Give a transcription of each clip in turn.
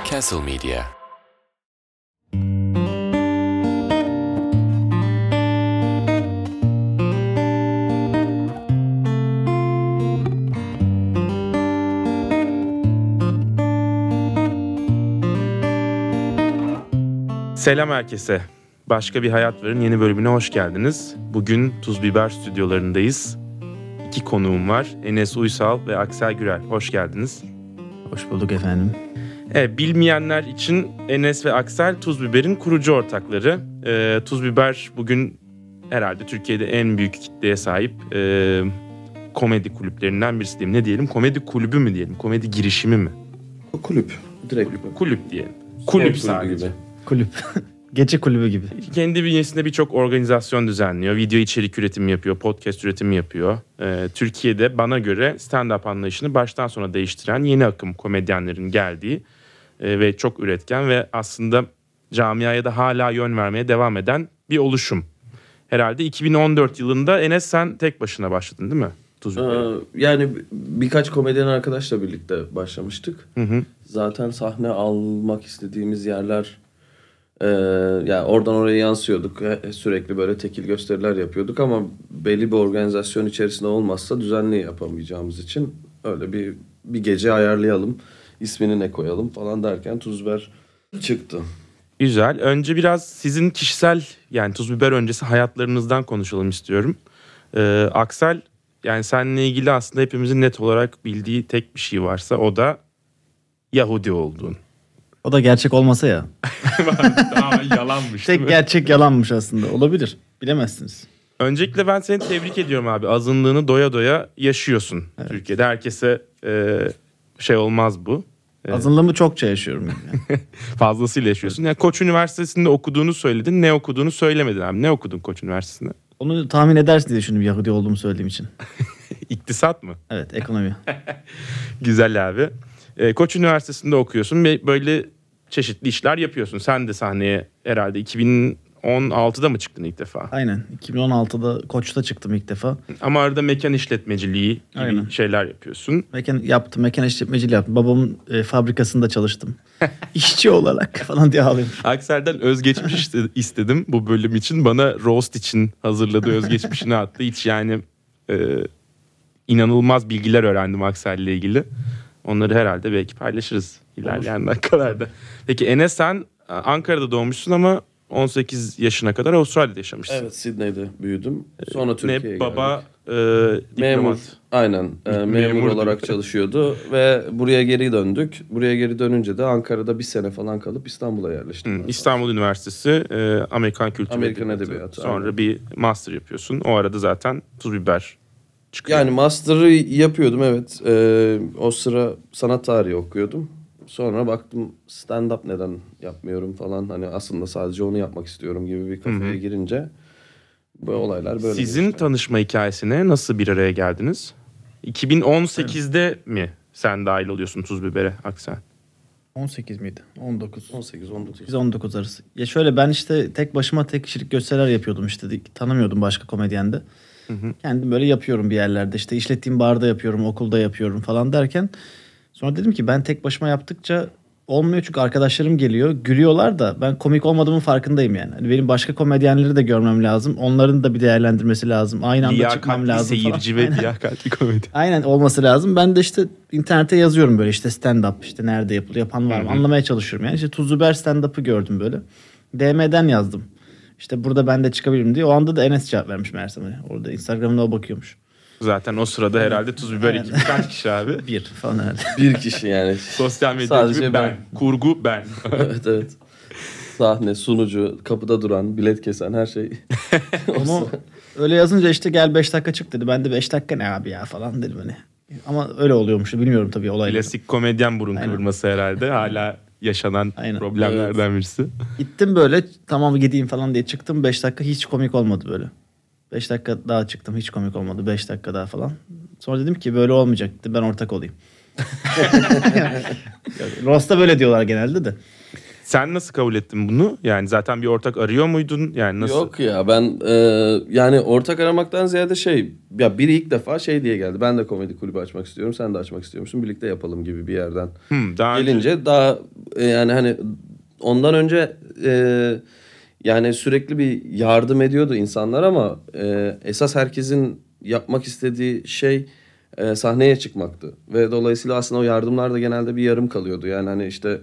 Castle Media. Selam herkese. Başka Bir Hayat Var'ın yeni bölümüne hoş geldiniz. Bugün Tuz Biber stüdyolarındayız. İki konuğum var. Enes Uysal ve Aksel Gürel. Hoş geldiniz. Hoş bulduk efendim. Bilmeyenler için Enes ve Aksel Tuz Biber'in kurucu ortakları. Tuz Biber bugün herhalde Türkiye'de en büyük kitleye sahip komedi kulüplerinden birisi diyeyim. Ne diyelim? Komedi kulübü mü diyelim? Komedi girişimi mi? Kulüp. Direkt Kulüp diyelim. Kulüp sadece. Gibi. Kulüp. Gece kulübü gibi. Kendi bünyesinde birçok organizasyon düzenliyor. Video içerik üretimi yapıyor. Podcast üretimi yapıyor. Türkiye'de bana göre stand-up anlayışını baştan sona değiştiren yeni akım komedyenlerin geldiği ve çok üretken ve aslında camiaya da hala yön vermeye devam eden bir oluşum. Herhalde 2014 yılında Enes sen tek başına başladın değil mi? Yani birkaç komedyen arkadaşla birlikte başlamıştık. Hı. Zaten sahne almak istediğimiz yerler yani oradan oraya yansıyorduk. Sürekli böyle tekil gösteriler yapıyorduk ama belli bir organizasyon içerisinde olmazsa düzenli yapamayacağımız için öyle bir gece ayarlayalım, ismini ne koyalım falan derken Tuz Biber çıktı. Güzel. Önce biraz sizin kişisel yani Tuz Biber öncesi hayatlarınızdan konuşalım istiyorum. Aksel, yani seninle ilgili aslında hepimizin net olarak bildiği tek bir şey varsa o da Yahudi olduğun. O da gerçek olmasa ya. Daha yalanmış. Tek gerçek yalanmış aslında. Olabilir. Bilemezsiniz. Öncelikle ben seni tebrik ediyorum abi. Azınlığını doya doya yaşıyorsun. Evet. Türkiye'de herkese şey olmaz bu. Azınlığımı çokça yaşıyorum. Yani. Fazlasıyla yaşıyorsun. Yani Koç Üniversitesi'nde okuduğunu söyledin. Ne okuduğunu söylemedin abi. Ne okudun Koç Üniversitesi'nde? Onu tahmin edersin diye düşündüm Yahudi olduğumu söylediğim için. İktisat mı? Evet, ekonomi. Güzel abi. Koç Üniversitesi'nde okuyorsun ve böyle çeşitli işler yapıyorsun. Sen de sahneye herhalde 2016'da mı çıktın ilk defa? Aynen. 2016'da Koç'ta çıktım ilk defa. Ama arada mekan işletmeciliği gibi Aynen. şeyler yapıyorsun. Mekan işletmeciliği yaptım. Babamın fabrikasında çalıştım. İşçi olarak falan diye ağlıyorum. Aksel'den özgeçmiş istedim bu bölüm için. Bana roast için hazırladığı özgeçmişini attı. Hiç yani inanılmaz bilgiler öğrendim Aksel'le ilgili. Onları herhalde belki paylaşırız ilerleyen dakikalarda. Peki Enes, sen Ankara'da doğmuşsun ama 18 yaşına kadar Avustralya'da yaşamışsın. Evet, Sydney'de büyüdüm. Sonra Türkiye'ye geldik. Baba diplomat. Memur. Aynen. Memur olarak çalışıyordu ve buraya geri döndük. Buraya geri dönünce de Ankara'da bir sene falan kalıp İstanbul'a yerleştim. İstanbul Üniversitesi Amerikan Kültür Amerikan Edebiyatı. Sonra aynen. bir master yapıyorsun. O arada zaten Tuz Biber çıkıyor. Yani master'ı yapıyordum, evet. O sıra sanat tarihi okuyordum. Sonra baktım stand-up neden yapmıyorum falan. Hani aslında sadece onu yapmak istiyorum gibi bir kafaya girince bu olaylar böyle. Sizin işte. tanışma hikayesine nasıl bir araya geldiniz? 2018'de mi sen dahil oluyorsun Tuz Biber'e Aksel? 18 miydi? 19. 18-19. 19 arası. Ya şöyle, ben işte tek başıma tek kişilik gösteriler yapıyordum işte. Tanımıyordum başka komedyende. Kendim böyle yapıyorum bir yerlerde. İşte işlettiğim barda yapıyorum, okulda yapıyorum falan derken sonra dedim ki ben tek başıma yaptıkça olmuyor, çünkü arkadaşlarım geliyor, gülüyorlar da ben komik olmadığımın farkındayım yani. Hani benim başka komedyenleri de görmem lazım. Onların da bir değerlendirmesi lazım. Aynı anda çıkmam lazım falan. Seyirci ve liyakatli komedi. Aynen, olması lazım. Ben de işte internete yazıyorum böyle, işte stand-up işte nerede yapılıyor, yapan var mı? Anlamaya çalışıyorum yani. İşte Tuz Biber stand-up'ı gördüm böyle. DM'den yazdım. İşte burada ben de çıkabilirim diye. O anda da Enes cevap vermiş meğersem. Orada Instagram'da o bakıyormuş. Zaten o sırada herhalde Tuz Biber ekibi kaç kişi abi? Bir falan herhalde. Bir kişi yani. Sosyal medya Sadece ekibi ben. Kurgu ben. Evet. Sahne, sunucu, kapıda duran, bilet kesen, her şey. Onu öyle yazınca işte gel 5 dakika çık dedi. Ben de 5 dakika ne abi ya falan dedim hani. Ama öyle oluyormuş. Bilmiyorum tabii olayları. Klasik komedyen burun kıvırması herhalde. Hala yaşanan problemlerden birisi. Gittim böyle, tamam gideyim falan diye çıktım. 5 dakika hiç komik olmadı böyle. 5 dakika daha çıktım, hiç komik olmadı. 5 dakika daha falan. Sonra dedim ki böyle olmayacak. Ben ortak olayım. Roast'ta böyle diyorlar genelde de. Sen nasıl kabul ettin bunu? Yani zaten bir ortak arıyor muydun? Yani nasıl? Yok ya ben yani ortak aramaktan ziyade ya biri ilk defa diye geldi. Ben de komedi kulübü açmak istiyorum. Sen de açmak istiyor musun? Birlikte yapalım gibi bir yerden Daha gelince daha yani hani ondan önce yani sürekli bir yardım ediyordu insanlar ama esas herkesin yapmak istediği sahneye çıkmaktı. Ve dolayısıyla aslında o yardımlar da genelde bir yarım kalıyordu. Yani hani işte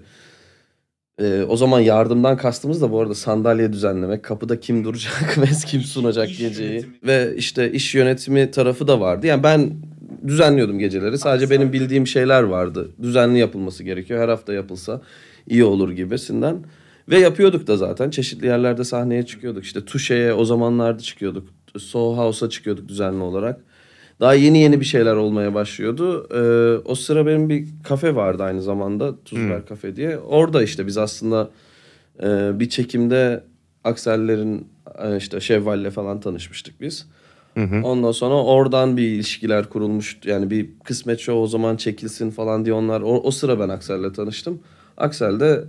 o zaman yardımdan kastımız da bu arada sandalye düzenlemek, kapıda kim duracak ve kim sunacak geceyi. Ve işte iş yönetimi tarafı da vardı. Yani ben düzenliyordum geceleri. Sadece benim bildiğim şeyler vardı. Düzenli yapılması gerekiyor. Her hafta yapılsa iyi olur gibisinden. Ve yapıyorduk da zaten. Çeşitli yerlerde sahneye çıkıyorduk. İşte Tuşe'ye o zamanlarda çıkıyorduk. Soho House'a çıkıyorduk düzenli olarak. Daha yeni bir şeyler olmaya başlıyordu. O sıra benim bir kafe vardı aynı zamanda. Tuzber Kafe diye. Orada işte biz aslında bir çekimde Aksel'lerin işte Şevval'le falan tanışmıştık biz. Ondan sonra oradan bir ilişkiler kurulmuş. Yani bir kısmet show o zaman çekilsin falan diye onlar. O sıra ben Aksel'le tanıştım. Aksel de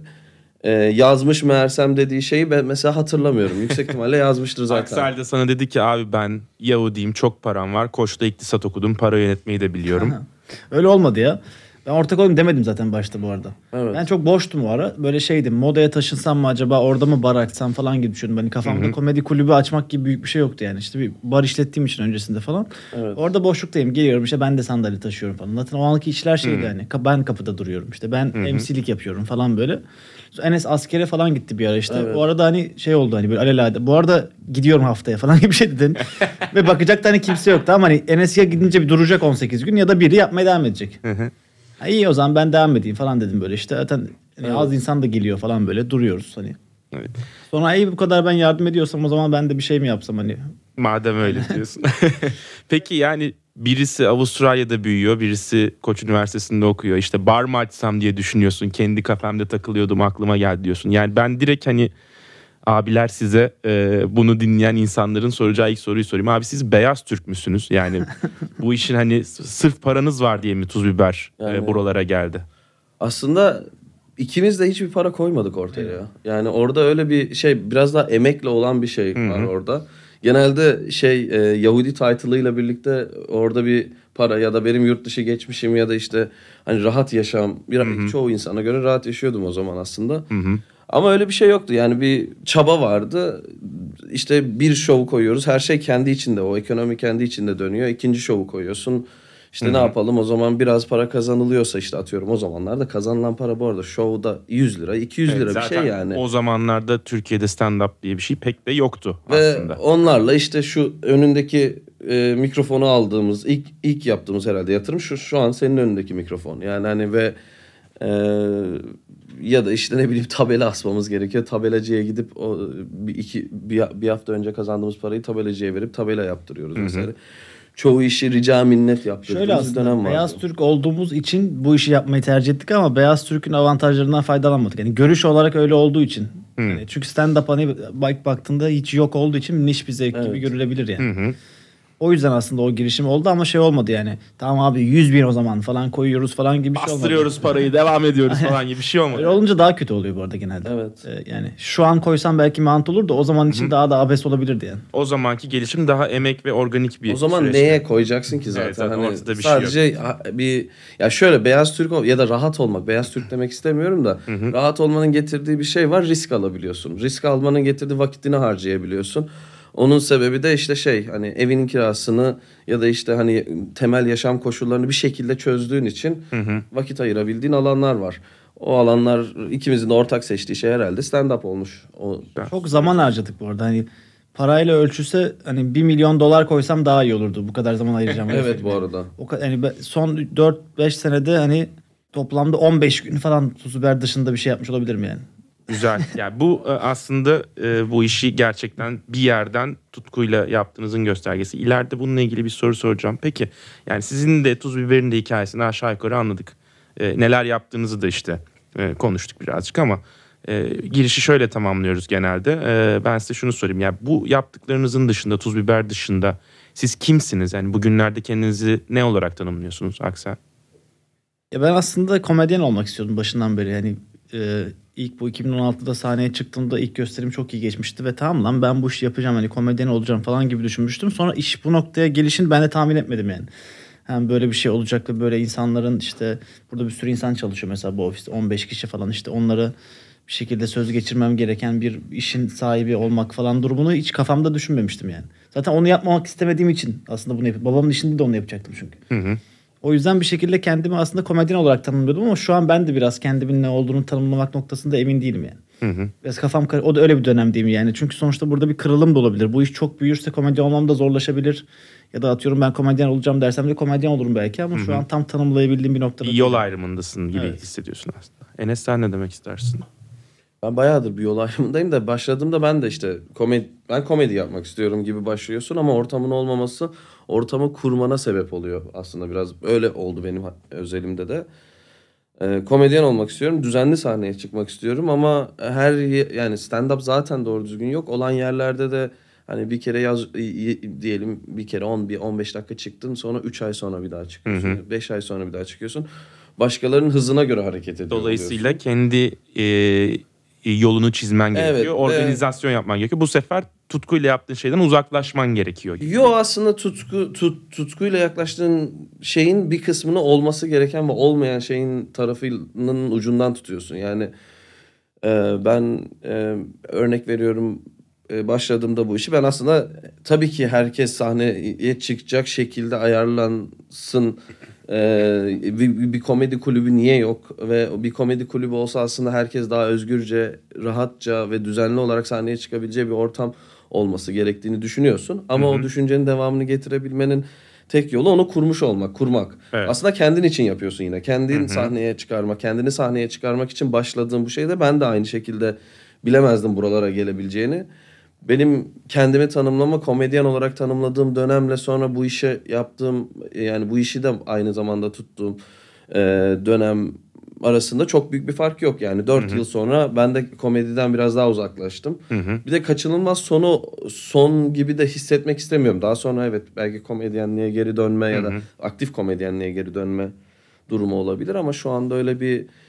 yazmış meğersem dediği şeyi ben mesela hatırlamıyorum. Yüksek ihtimalle yazmıştır zaten. Aksel de sana dedi ki abi ben Yahudiyim, çok param var. Koç'ta iktisat okudum, para yönetmeyi de biliyorum. Öyle olmadı ya. Ben ortak olayım demedim zaten başta bu arada. Evet. Ben çok boştum o ara. Böyle şeydim. Modaya taşınsam mı acaba, orada mı bar açsam falan gibi düşündüm. Hani kafamda komedi kulübü açmak gibi büyük bir şey yoktu yani. İşte bir bar işlettiğim için öncesinde falan. Evet. Orada boşluktayım. Geliyorum işte, ben de sandalye taşıyorum falan. Zaten o anki işler şeydi hani. Ben kapıda duruyorum işte. Ben MC'lik yapıyorum falan böyle. Sonra Enes askere falan gitti bir ara işte. Evet. O arada hani şey oldu hani böyle alelade. Bu arada gidiyorum haftaya falan gibi bir şey dedin. Ve bakacak da hani kimse yoktu ama hani Enes ya gidince bir duracak 18 gün ya da biri yapmaya devam edecek. Ha, iyi o zaman ben devam edeyim falan dedim böyle işte. Zaten hani az insan da geliyor falan, böyle duruyoruz hani. Evet. Sonra iyi bu kadar ben yardım ediyorsam o zaman ben de bir şey mi yapsam hani. Madem öyle diyorsun. Peki yani birisi Avustralya'da büyüyor, birisi Koç Üniversitesi'nde okuyor. İşte bar mı açsam diye düşünüyorsun. Kendi kafemde takılıyordum, aklıma geldi diyorsun. Yani ben direkt hani abiler size bunu dinleyen insanların soracağı ilk soruyu sorayım. Abi siz beyaz Türk müsünüz? Yani bu işin hani sırf paranız var diye mi Tuz Biber Yani- buralara geldi? Aslında ikimiz de hiçbir para koymadık ortaya ya. Yani orada öyle bir biraz daha emekle olan bir şey var orada. Genelde Yahudi title'ıyla birlikte orada bir para ya da benim yurt dışı geçmişim ya da işte hani rahat yaşam. Çoğu insana göre rahat yaşıyordum o zaman aslında. Ama öyle bir şey yoktu. Yani bir çaba vardı. İşte bir şovu koyuyoruz. Her şey kendi içinde. O ekonomi kendi içinde dönüyor. İkinci şovu koyuyorsun. İşte ne yapalım o zaman, biraz para kazanılıyorsa işte atıyorum, o zamanlarda kazanılan para bu arada şovda 100 lira 200 lira bir Zaten şey yani. o zamanlarda Türkiye'de stand-up diye bir şey pek de yoktu Ve aslında. onlarla işte şu önündeki mikrofonu aldığımız ilk yaptığımız herhalde yatırım şu an senin önündeki mikrofon. Yani hani ve ya da işte ne bileyim tabela asmamız gerekiyor. Tabelacıya gidip bir hafta önce kazandığımız parayı tabelacıya verip tabela yaptırıyoruz mesela. Çoğu işi rica minnet Şöyle yaptırdığımız aslında dönem vardı. Beyaz Türk olduğumuz için bu işi yapmayı tercih ettik ama Beyaz Türk'ün avantajlarından faydalanmadık. Yani görüş olarak öyle olduğu için. Yani çünkü stand-up hani baktığında hiç yok olduğu için niş bir zevk gibi görülebilir yani. O yüzden aslında o girişim oldu ama şey olmadı yani. Tamam abi 100 bin o zaman falan koyuyoruz falan gibi bir şey olmadı. Bastırıyoruz parayı, devam ediyoruz falan gibi bir şey olmadı. Öyle olunca daha kötü oluyor bu arada genelde. Evet. Yani şu an koysam belki mantı olur da o zaman için daha da abes olabilirdi yani. O zamanki gelişim daha emek ve organik bir O zaman süreçti. neye koyacaksın ki zaten? Evet, zaten hani ortada bir şey sadece ya şöyle Beyaz Türk ya da rahat olmak. Beyaz Türk demek istemiyorum da rahat olmanın getirdiği bir şey var. Risk alabiliyorsun. Risk almanın getirdiği vakitini harcayabiliyorsun. Onun sebebi de işte hani evinin kirasını ya da işte hani temel yaşam koşullarını bir şekilde çözdüğün için vakit ayırabildiğin alanlar var. O alanlar ikimizin de ortak seçtiği şey herhalde stand-up olmuş. Çok zaman harcadık bu arada. Hani parayla ölçülse hani 1 milyon dolar koysam daha iyi olurdu. Bu kadar zaman ayıracağım. Evet bu arada. Yani son 4-5 senede hani toplamda 15 gün falan Tuz Biber dışında bir şey yapmış olabilirim yani. Güzel. Yani bu aslında bu işi gerçekten bir yerden tutkuyla yaptığınızın göstergesi. İleride bununla ilgili bir soru soracağım. Peki yani sizin de Tuz Biber'in de hikayesini aşağı yukarı anladık. Neler yaptığınızı da işte konuştuk birazcık ama girişi şöyle tamamlıyoruz genelde. Ben size şunu sorayım. Yani bu yaptıklarınızın dışında, Tuz Biber dışında siz kimsiniz? Yani bugünlerde kendinizi ne olarak tanımlıyorsunuz Aksel? Ya ben aslında komedyen olmak istiyordum başından beri. Yani ilk bu 2016'da sahneye çıktığımda ilk gösterim çok iyi geçmişti ve tamam lan ben bu işi yapacağım hani komedyen olacağım falan gibi düşünmüştüm. Sonra iş bu noktaya gelişini ben de tahmin etmedim yani. Hem böyle bir şey olacak ve böyle insanların işte burada bir sürü insan çalışıyor mesela bu ofiste 15 kişi falan işte onları bir şekilde söz geçirmem gereken bir işin sahibi olmak falan durumunu hiç kafamda düşünmemiştim yani. Zaten onu yapmamak istemediğim için aslında bunu yapıyorum. Babamın işinde de onu yapacaktım çünkü. O yüzden bir şekilde kendimi aslında komedyen olarak tanımlıyordum ama şu an ben de biraz kendimin ne olduğunu tanımlamak noktasında emin değilim yani. Biraz o da öyle bir dönemdeyim yani. Çünkü sonuçta burada bir kırılım da olabilir. Bu iş çok büyürse komedyen olmam da zorlaşabilir. Ya da atıyorum ben komedyen olacağım dersem de komedyen olurum belki ama şu an tam tanımlayabildiğim bir noktada Bir yol ayrımındasın gibi Evet. hissediyorsun aslında. Enes sen ne demek istersin? Ben bayağıdır bir yol ayrımındayım da başladığımda ben de işte ben komedi yapmak istiyorum gibi başlıyorsun ama ortamın olmaması ortamı kurmana sebep oluyor aslında biraz. Öyle oldu benim özelimde de. Komedyen olmak istiyorum. Düzenli sahneye çıkmak istiyorum ama yani stand-up zaten doğru düzgün yok. Olan yerlerde de hani bir kere diyelim bir kere 15 dakika çıktın sonra 3 ay sonra bir daha çıkıyorsun. 5 ay sonra bir daha çıkıyorsun. Başkalarının hızına göre hareket ediyor Dolayısıyla oluyorsun. kendi yolunu çizmen gerekiyor. Evet, Organizasyon yapman gerekiyor. Bu sefer tutkuyla yaptığın şeyden uzaklaşman gerekiyor gibi. Yo aslında tutkuyla yaklaştığın şeyin bir kısmını olması gereken ve olmayan şeyin tarafının ucundan tutuyorsun. Yani ben örnek veriyorum başladığımda bu işi ben aslında tabii ki herkes sahneye çıkacak şekilde ayarlansın. Bir komedi kulübü niye yok ve bir komedi kulübü olsa aslında herkes daha özgürce, rahatça ve düzenli olarak sahneye çıkabileceği bir ortam olması gerektiğini düşünüyorsun. Ama o düşüncenin devamını getirebilmenin tek yolu onu kurmak. Evet. Aslında kendin için yapıyorsun yine. Kendini sahneye çıkarmak için başladığım bu şeyde ben de aynı şekilde bilemezdim buralara gelebileceğini. Benim kendimi komedyen olarak tanımladığım dönemle sonra bu işe yaptığım yani bu işi de aynı zamanda tuttuğum dönem arasında çok büyük bir fark yok. Yani 4 yıl sonra ben de komediden biraz daha uzaklaştım. Bir de kaçınılmaz son gibi de hissetmek istemiyorum. Daha sonra evet belki komedyenliğe geri dönme ya da aktif komedyenliğe geri dönme durumu olabilir ama şu anda öyle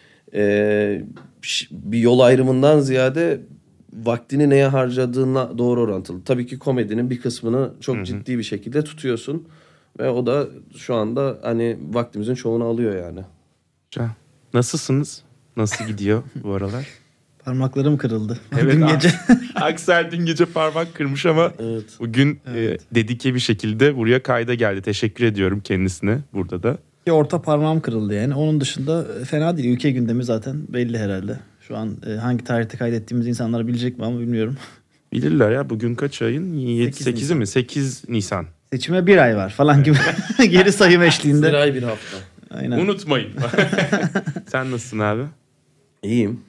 bir yol ayrımından ziyade vaktini neye harcadığına doğru orantılı. Tabii ki komedinin bir kısmını çok ciddi bir şekilde tutuyorsun ve o da şu anda hani vaktimizin çoğunu alıyor yani. Nasılsınız? Nasıl gidiyor bu aralar? Parmaklarım kırıldı. Evet, Dün gece. Aksel dün gece parmak kırmış ama Evet. bugün dedike bir şekilde buraya kayda geldi. Teşekkür ediyorum kendisine burada da. Orta parmağım kırıldı yani. Onun dışında fena değil. Ülke gündemi zaten belli herhalde. Şu an hangi tarihte kaydettiğimiz insanlar bilecek mi ama bilmiyorum. Bilirler ya bugün kaç ayın? 8'i Nisan. mi? 8 Nisan. Seçime bir ay var falan gibi. Geri sayım eşliğinde. Bir ay bir hafta. Aynen. Unutmayın. Sen nasılsın abi? İyiyim.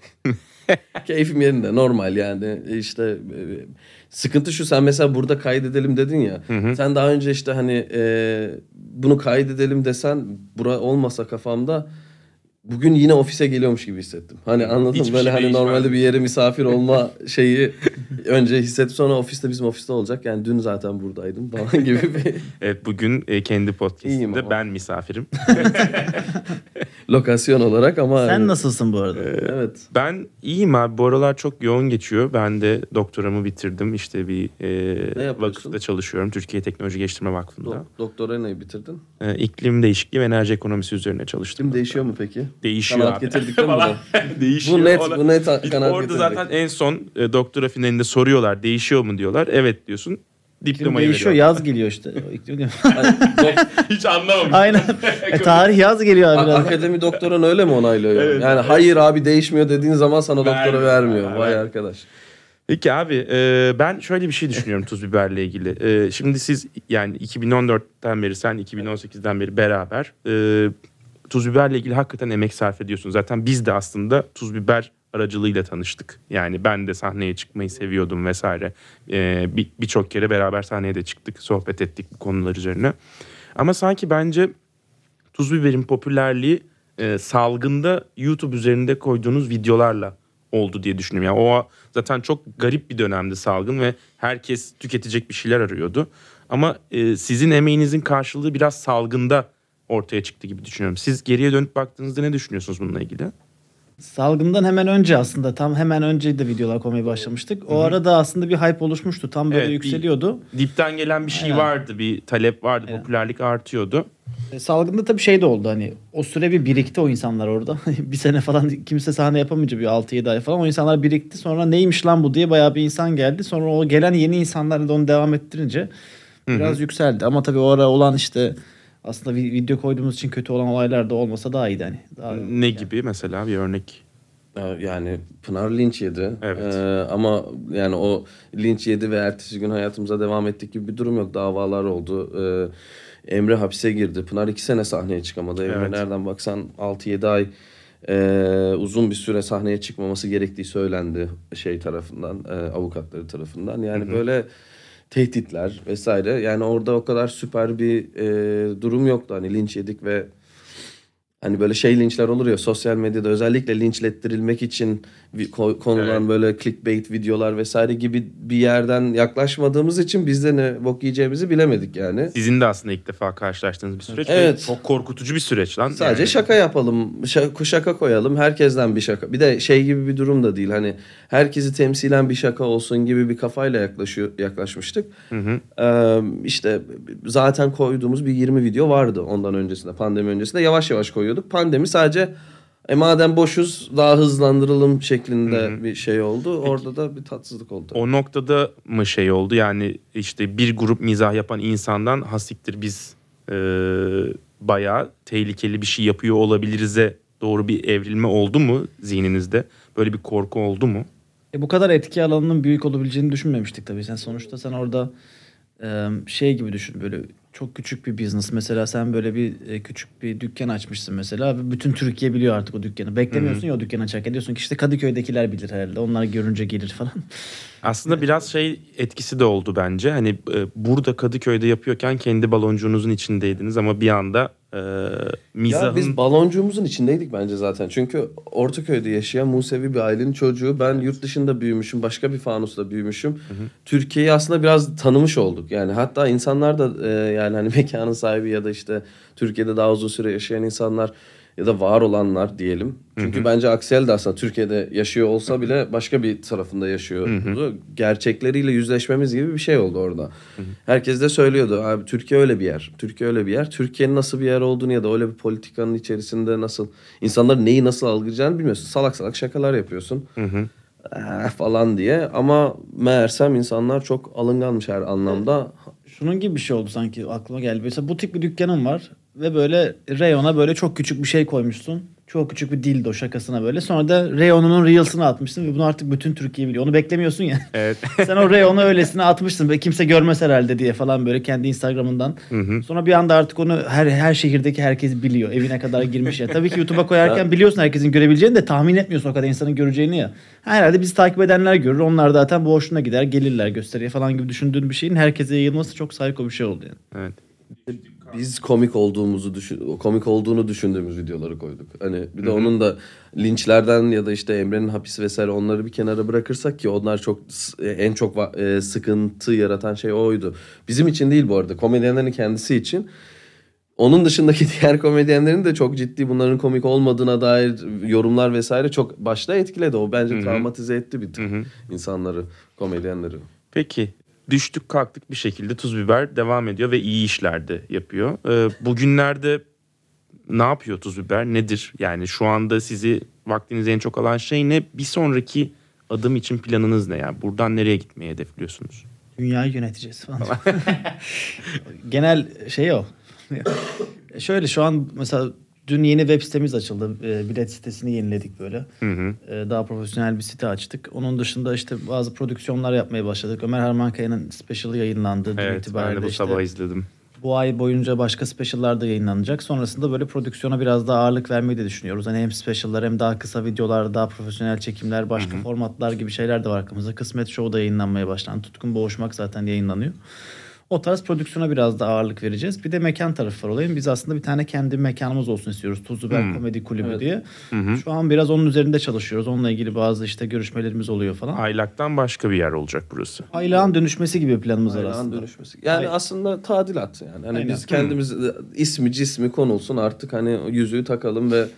Keyfim yerinde normal yani işte sıkıntı şu sen mesela burada kaydedelim dedin ya. Sen daha önce işte hani bunu kaydedelim desen bura olmasa kafamda bugün yine ofise geliyormuş gibi hissettim. Hani anladın Hiçbir böyle şey hani değişmez. normalde bir yere misafir olma şeyi önce hissettim sonra bizim ofiste olacak. Yani dün zaten buradaydım falan gibi bir Evet bugün kendi İyiyim podcast'imde ama. ben misafirim. lokasyon olarak ama Sen nasılsın bu arada? evet. Ben iyiyim abi. Bu aralar çok yoğun geçiyor. Ben de doktoramı bitirdim. İşte bir yapıyorsun? vakıfta çalışıyorum. Türkiye Teknoloji Geliştirme Vakfı'nda. Doktora neyi bitirdin? İklim değişikliği ve enerji ekonomisi üzerine çalıştım. Kim değişiyor mu peki? Değişiyor Kanaat abi. getirdik değil mi Falan. Değişiyor. Bu net kanaat Orada getirdik. zaten en son doktora finalinde soruyorlar. Değişiyor mu diyorlar. Evet diyorsun. İklim Diplomayı değişiyor. veriyorlar. Yaz geliyor işte. Hiç anlamamışım. Aynen. Tarih yaz geliyor abi biraz. Akademi doktoran öyle mi onaylıyor? Evet. Yani hayır abi değişmiyor dediğin zaman sana doktora Vermiyor. vermiyor. Vay Vermiyor. arkadaş. Peki abi ben şöyle bir şey düşünüyorum tuz biberle ilgili. Şimdi siz yani 2014'ten beri sen 2018'den beri beraber tuz biberle ilgili hakikaten emek sarf ediyorsunuz. Zaten biz de aslında tuz biber aracılığıyla tanıştık. Yani ben de sahneye çıkmayı seviyordum vesaire. Birçok kere beraber sahneye de çıktık, sohbet ettik bu konular üzerine. Ama sanki bence tuz biberin popülerliği salgında YouTube üzerinde koyduğunuz videolarla oldu diye düşünüyorum. Yani o zaten çok garip bir dönemdi salgın ve herkes tüketecek bir şeyler arıyordu. Ama sizin emeğinizin karşılığı biraz salgında ortaya çıktı gibi düşünüyorum. Siz geriye dönüp baktığınızda ne düşünüyorsunuz bununla ilgili? Salgından hemen önce aslında tam hemen önce de videolar koymaya başlamıştık. O arada aslında bir hype oluşmuştu. Tam böyle Evet, yükseliyordu. Dipten gelen bir şey Aynen. vardı. Bir talep vardı. Popülerlik artıyordu. Salgında tabii şey de oldu hani o süre bir birikti o insanlar orada. Bir sene falan kimse sahne yapamayınca bir 6-7 ay falan o insanlar birikti. Sonra neymiş lan bu diye bayağı bir insan geldi. Sonra o gelen yeni insanlar da onu devam ettirince biraz yükseldi. Ama tabii o ara olan işte aslında video koyduğumuz için kötü olan olaylar da olmasa daha iyiydi hani. Daha, Ne gibi mesela bir örnek? Yani Pınar linç yedi. Evet. Ama yani o linç yedi ve ertesi gün hayatımıza devam ettik gibi bir durum yok. Davalar oldu. Emre hapise girdi. Pınar 2 sene sahneye çıkamadı. Emre Evet. nereden baksan 6-7 ay uzun bir süre sahneye çıkmaması gerektiği söylendi şey tarafından, avukatları tarafından. Yani böyle tehditler vesaire. Yani orada o kadar süper bir durum yoktu. Hani linç yedik ve hani böyle şey linçler olur ya sosyal medyada özellikle linçlettirilmek için konulan Evet. böyle clickbait videolar vesaire gibi bir yerden yaklaşmadığımız için biz de ne bok yiyeceğimizi bilemedik yani. Sizin de aslında ilk defa karşılaştığınız bir süreç. Evet. Ve çok korkutucu bir süreç lan. Sadece Yani. şaka yapalım, şaka koyalım, herkesten bir şaka. Bir de şey gibi bir durum da değil hani herkesi temsilen bir şaka olsun gibi bir kafayla yaklaşmıştık. İşte zaten koyduğumuz bir 20 video vardı ondan öncesinde, pandemi öncesinde yavaş yavaş koyuyorduk. Pandemi sadece madem boşuz daha hızlandıralım şeklinde bir şey oldu. Orada da bir tatsızlık oldu. O noktada mı şey oldu yani işte bir grup mizah yapan insandan hasiktir biz bayağı tehlikeli bir şey yapıyor olabiliriz'e doğru bir evrilme oldu mu zihninizde? Böyle bir korku oldu mu? Bu kadar etki alanının büyük olabileceğini düşünmemiştik tabii. Sonuçta sen orada şey gibi düşün böyle çok küçük bir business. Mesela sen böyle bir küçük bir dükkan açmışsın mesela ve bütün Türkiye biliyor artık o dükkanı. Beklemiyorsun ya o dükkanı açarken diyorsun ki işte Kadıköy'dekiler bilir herhalde. Onlar görünce gelir falan. Aslında biraz şey etkisi de oldu bence. Hani burada Kadıköy'de yapıyorken kendi baloncuğunuzun içindeydiniz ama bir anda mizahın... Ya biz baloncuğumuzun içindeydik bence zaten. Çünkü Ortaköy'de yaşayan Musevi bir ailenin çocuğu. Ben yurt dışında büyümüşüm. Başka bir fanusta büyümüşüm. Türkiye'yi aslında biraz tanımış olduk. Yani hatta insanlar da yani hani mekanın sahibi ya da işte Türkiye'de daha uzun süre yaşayan insanlar ya da var olanlar diyelim. Çünkü bence Aksel de aslında Türkiye'de yaşıyor olsa bile başka bir tarafında yaşıyordu. Gerçekleriyle yüzleşmemiz gibi bir şey oldu orada. Herkes de söylüyordu abi Türkiye öyle bir yer. Türkiye öyle bir yer. Türkiye'nin nasıl bir yer olduğunu ya da öyle bir politikanın içerisinde nasıl insanlar neyi nasıl algılayacağını bilmiyorsun. Salak salak şakalar yapıyorsun. Falan diye ama meğersem insanlar çok alınganmış her anlamda. Şunun gibi bir şey oldu sanki aklıma geldi. Mesela bu tip bir dükkanın var ve böyle reyona böyle çok küçük bir şey koymuşsun. Çok küçük bir dildo şakasına böyle. Sonra da reyonunun reels'ını atmışsın ve bunu artık bütün Türkiye biliyor. Onu beklemiyorsun ya. Evet. Sen o reyonu öylesine atmışsın ve kimse görmez herhalde diye falan böyle kendi Instagram'ından. Sonra bir anda artık onu her şehirdeki herkes biliyor. Evine kadar girmiş ya. Tabii ki YouTube'a koyarken biliyorsun herkesin görebileceğini de tahmin etmiyorsun o kadar insanın göreceğini ya. Herhalde bizi takip edenler görür. Onlar zaten bu hoşuna gider. Gelirler gösteriye falan gibi düşündüğün bir şeyin herkese yayılması çok psycho bir şey oldu yani. Evet. Biz komik olduğunu düşündüğümüz videoları koyduk. Hani bir de onun da linçlerden ya da işte Emre'nin hapisi vesaire onları bir kenara bırakırsak ki onlar çok en çok sıkıntı yaratan şey oydu. Bizim için değil bu arada. Komedyenlerin kendisi için. Onun dışındaki diğer komedyenlerin de çok ciddi bunların komik olmadığına dair yorumlar vesaire çok başta etkiledi. O bence travmatize etti bir tık insanları, komedyenleri. Peki düştük kalktık bir şekilde Tuz Biber devam ediyor ve iyi işler de yapıyor. Bugünlerde ne yapıyor Tuz Biber? Nedir? Yani şu anda sizi vaktinizi en çok alan şey ne? Bir sonraki adım için planınız ne? Yani buradan nereye gitmeyi hedefliyorsunuz? Dünyayı yöneteceğiz falan. Genel şey o. Şöyle şu an mesela dün yeni web sitemiz açıldı. Bilet sitesini yeniledik böyle. Daha profesyonel bir site açtık. Onun dışında işte bazı prodüksiyonlar yapmaya başladık. Ömer Harmankaya'nın special'ı yayınlandı. Dün Evet ben itibariyle de bu işte sabah izledim. bu ay boyunca başka special'lar da yayınlanacak. Sonrasında böyle prodüksiyona biraz daha ağırlık vermeyi de düşünüyoruz. Hani hem special'lar hem daha kısa videolar, daha profesyonel çekimler, başka formatlar gibi şeyler de var arkamızda. Kısmet Show da yayınlanmaya başlandı. Tutkun Boğuşmak zaten yayınlanıyor. O tarz prodüksiyona biraz da ağırlık vereceğiz. Bir de mekan tarafı var olayın. Biz aslında bir tane kendi mekanımız olsun istiyoruz. Tuz Biber Komedi Kulübü diye. Şu an biraz onun üzerinde çalışıyoruz. Onunla ilgili bazı işte görüşmelerimiz oluyor falan. Aylak'tan başka bir yer olacak burası. Aylağın dönüşmesi gibi bir planımız var Aylağın aslında. dönüşmesi. Yani aslında tadilat yani. Hani Aynen. biz kendimiz ismi cismi konulsun artık hani yüzüğü takalım ve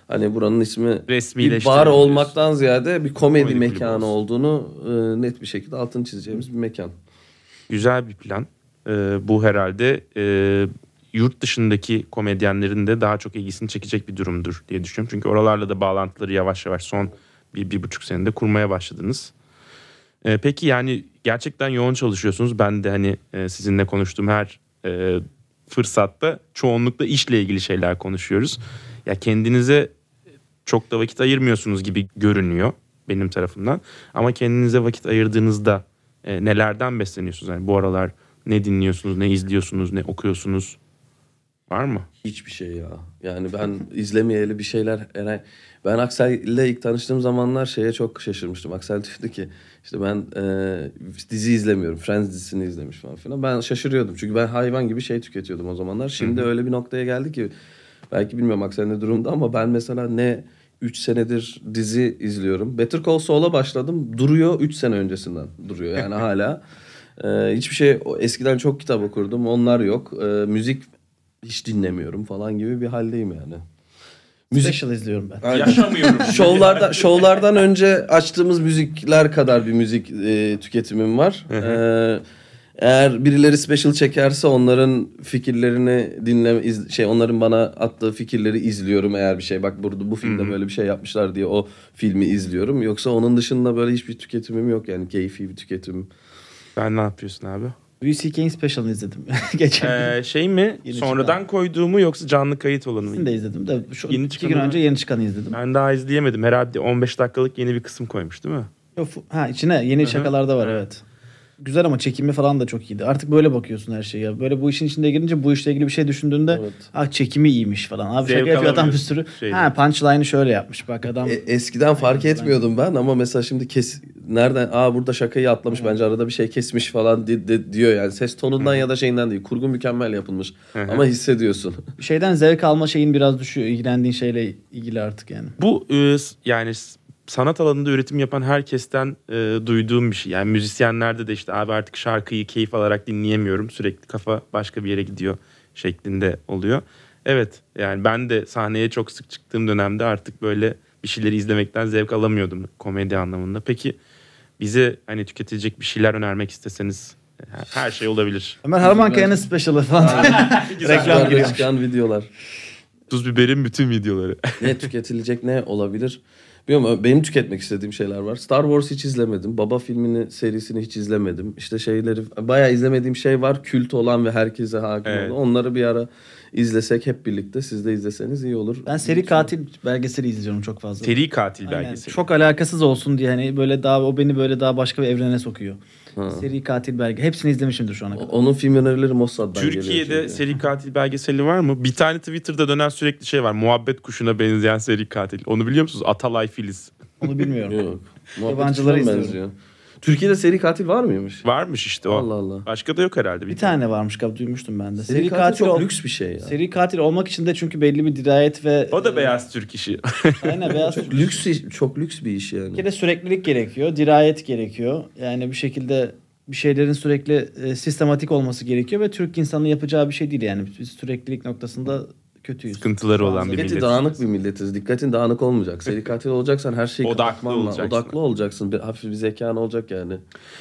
Hani buranın ismi bir bar Resmileştirelim olmaktan ziyade bir komedi Komedi kulübü mekanı olsun. olduğunu net bir şekilde altını çizeceğimiz bir mekan. Güzel bir plan. Bu herhalde yurt dışındaki komedyenlerin de daha çok ilgisini çekecek bir durumdur diye düşünüyorum. Çünkü oralarla da bağlantıları yavaş yavaş son bir buçuk senede kurmaya başladınız. Peki yani gerçekten yoğun çalışıyorsunuz. Ben de hani sizinle konuştuğum her fırsatta çoğunlukla işle ilgili şeyler konuşuyoruz. Ya kendinize çok da vakit ayırmıyorsunuz gibi görünüyor benim tarafımdan. Ama kendinize vakit ayırdığınızda nelerden besleniyorsunuz? Yani bu aralar ne dinliyorsunuz, ne izliyorsunuz, ne okuyorsunuz? Var mı? Hiçbir şey ya. Yani ben izlemeyeli bir şeyler... Yani ben Aksel'le ilk tanıştığım zamanlar şeye çok şaşırmıştım. Aksel diyordu ki işte ben dizi izlemiyorum. Friends dizisini izlemiş falan filan. Ben şaşırıyordum. Çünkü ben hayvan gibi şey tüketiyordum o zamanlar. Şimdi öyle bir noktaya geldi ki belki bilmiyorum Aksel ne durumda ama ben mesela ne 3 senedir dizi izliyorum. Better Call Saul'a başladım. Duruyor 3 sene öncesinden duruyor yani hala. Hiçbir şey eskiden çok kitap okurdum. Onlar yok. Müzik hiç dinlemiyorum falan gibi bir haldeyim yani. Special izliyorum ben. Yaşamıyorum. Şovlardan önce açtığımız müzikler kadar bir müzik tüketimim var. Eğer birileri special çekerse onların fikirlerini onların bana attığı fikirleri izliyorum eğer bir şey bak burada bu filmde böyle bir şey yapmışlar diye o filmi izliyorum. Yoksa onun dışında böyle hiçbir tüketimim yok yani keyfi bir tüketimim. Ben ne yapıyorsun abi? VCK'in special'ını izledim. Geçen gün. Şey mi? Yeni Sonradan çıkan. koyduğumu yoksa canlı kayıt olanı mı? İkisini de izledim de şu Yeni 2 gün çıkanı önce yeni çıkanı izledim. Ben daha izleyemedim. Herhalde 15 dakikalık yeni bir kısım koymuş değil mi? İçine yeni şakalar da var evet. Güzel ama çekimi falan da çok iyiydi. Artık böyle bakıyorsun her şeye. Ya. Böyle bu işin içinde girince bu işle ilgili bir şey düşündüğünde çekimi iyiymiş falan. Abi Zevk şaka yapıyor adam bir alamıyorsun sürü. şeyden. Punchline'ı şöyle yapmış bak adam. Eskiden fark etmiyordum ben ama mesela şimdi nereden burada şakayı atlamış bence arada bir şey kesmiş falan diyor yani ses tonundan ya da şeyinden değil kurgu mükemmel yapılmış ama hissediyorsun. Bir şeyden zevk alma şeyin biraz düşüyor. İlgilendiğin şeyle ilgili artık yani. Bu yani sanat alanında üretim yapan herkesten duyduğum bir şey. Yani müzisyenlerde de işte abi artık şarkıyı keyif alarak dinleyemiyorum. Sürekli kafa başka bir yere gidiyor şeklinde oluyor. Evet yani ben de sahneye çok sık çıktığım dönemde artık böyle bir şeyleri izlemekten zevk alamıyordum komedi anlamında. Peki bize hani tüketilecek bir şeyler önermek isteseniz her şey olabilir. Ömer Harmankaya'nın special'ı falan. Reklam çıkan videolar. Tuz biberin bütün videoları. Ne tüketilecek ne olabilir? Bilmiyorum benim tüketmek istediğim şeyler var. Star Wars hiç izlemedim. Baba filmini serisini hiç izlemedim. İşte bayağı izlemediğim şey var. Kült olan ve herkese hakim olan. Onları bir ara izlesek hep birlikte. Siz de izleseniz iyi olur. Ben seri katil belgeseli izliyorum çok fazla. Seri katil Aynen. belgeseli. Çok alakasız olsun diye hani böyle daha o beni böyle daha başka bir evrene sokuyor. Seri katil hepsini izlemişimdir şu ana kadar. Onun film önerileri Mossad'dan geliyor. Türkiye'de seri katil belgeseli var mı? Bir tane Twitter'da dönen sürekli şey var. Muhabbet kuşuna benzeyen seri katil. Onu biliyor musunuz? Atalay Filiz. Onu bilmiyorum. Yok. Yabancıları izliyorum. Benziyor. Türkiye'de seri katil var mıymış? Varmış işte o. Allah Allah. Başka da yok herhalde. Bir tane varmış duymuştum ben de. Seri katil çok lüks bir şey ya. Seri katil olmak için de çünkü belli bir dirayet ve... O da beyaz Türk işi. Aynen beyaz Çok lüks bir iş yani. Bir kere süreklilik gerekiyor, dirayet gerekiyor. Yani bir şekilde bir şeylerin sürekli sistematik olması gerekiyor ve Türk insanı yapacağı bir şey değil yani. Biz süreklilik noktasında kötüyüz. Sıkıntıları olan bir Dikkati millet. dağınık bir milletiz. Dikkatin dağınık olmayacak. Seri katil olacaksan her şeyi odaklı olacaksın. Hafif bir zekan olacak yani.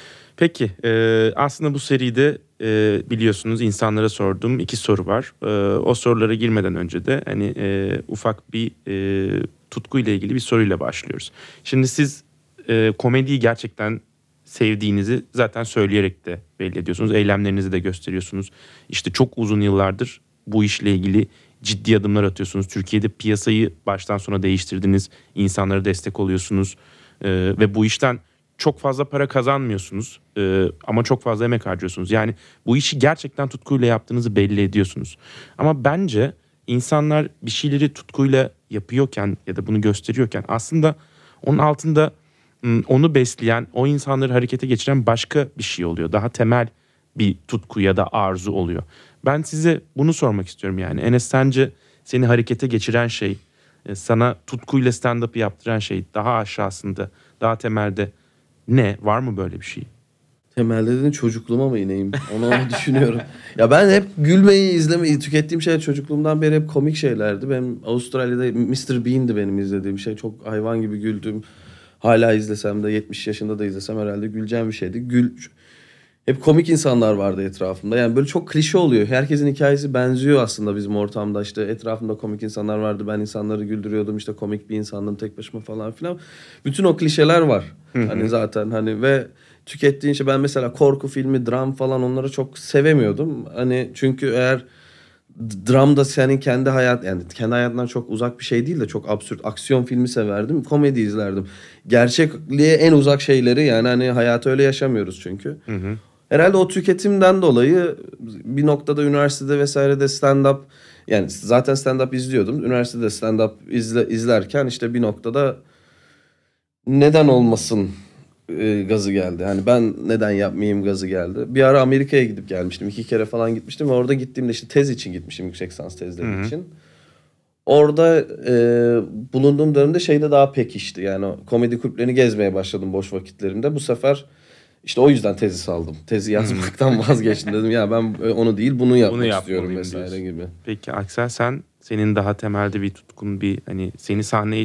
Peki aslında bu seride biliyorsunuz insanlara sorduğum 2 soru var. O sorulara girmeden önce de hani ufak bir tutkuyla ilgili bir soruyla başlıyoruz. Şimdi siz komediyi gerçekten sevdiğinizi zaten söyleyerek de belli ediyorsunuz. Eylemlerinizi de gösteriyorsunuz. İşte çok uzun yıllardır bu işle ilgili ciddi adımlar atıyorsunuz. Türkiye'de piyasayı baştan sona değiştirdiniz. İnsanlara destek oluyorsunuz. Ve bu işten çok fazla para kazanmıyorsunuz. Ama çok fazla emek harcıyorsunuz. Yani bu işi gerçekten tutkuyla yaptığınızı belli ediyorsunuz. Ama bence insanlar bir şeyleri tutkuyla yapıyorken ya da bunu gösteriyorken aslında onun altında onu besleyen, o insanları harekete geçiren başka bir şey oluyor. Daha temel bir tutku ya da arzu oluyor. Ben size bunu sormak istiyorum yani. Enes sence seni harekete geçiren şey, sana tutkuyla stand-up'ı yaptıran şey daha aşağısında, daha temelde ne? Var mı böyle bir şey? Temelde dedin çocukluğuma mı ineyim? Onu düşünüyorum. Ya ben hep gülmeyi, izlemeyi, tükettiğim şeyler çocukluğumdan beri hep komik şeylerdi. Benim Avustralya'da Mr. Bean'di benim izlediğim şey. Çok hayvan gibi güldüm. Hala izlesem de 70 yaşında da izlesem herhalde güleceğim bir şeydi. Hep komik insanlar vardı etrafımda. Yani böyle çok klişe oluyor. Herkesin hikayesi benziyor aslında bizim ortamda. İşte etrafımda komik insanlar vardı. Ben insanları güldürüyordum. İşte komik bir insandım tek başıma falan filan. Bütün o klişeler var. Hani zaten hani ve tükettiğin şey, ben mesela korku filmi, dram falan onları çok sevemiyordum. Hani çünkü eğer dram da senin kendi hayat, yani kendi hayatından çok uzak bir şey değil de çok absürt aksiyon filmi severdim. Komedi izlerdim. Gerçekliğe en uzak şeyleri, yani hani hayatı öyle yaşamıyoruz çünkü. Herhalde o tüketimden dolayı bir noktada üniversitede vesairede stand-up, yani zaten stand-up izliyordum. Üniversitede stand-up izlerken işte bir noktada neden olmasın gazı geldi. Hani ben neden yapmayayım gazı geldi. Bir ara Amerika'ya gidip gelmiştim. 2 kere falan gitmiştim ve orada gittiğimde işte tez için gitmişim, yüksek lisans tezleri için. Orada bulunduğum dönemde şeyde daha pekişti. Yani komedi kulüplerini gezmeye başladım boş vakitlerimde. Bu sefer işte o yüzden tezi saldım. Tezi yazmaktan vazgeçtim. Dedim ya ben onu değil bunu yapmak istiyorum vesaire diyorsun gibi. Peki Aksel, senin daha temelde bir tutkun, bir hani seni sahneye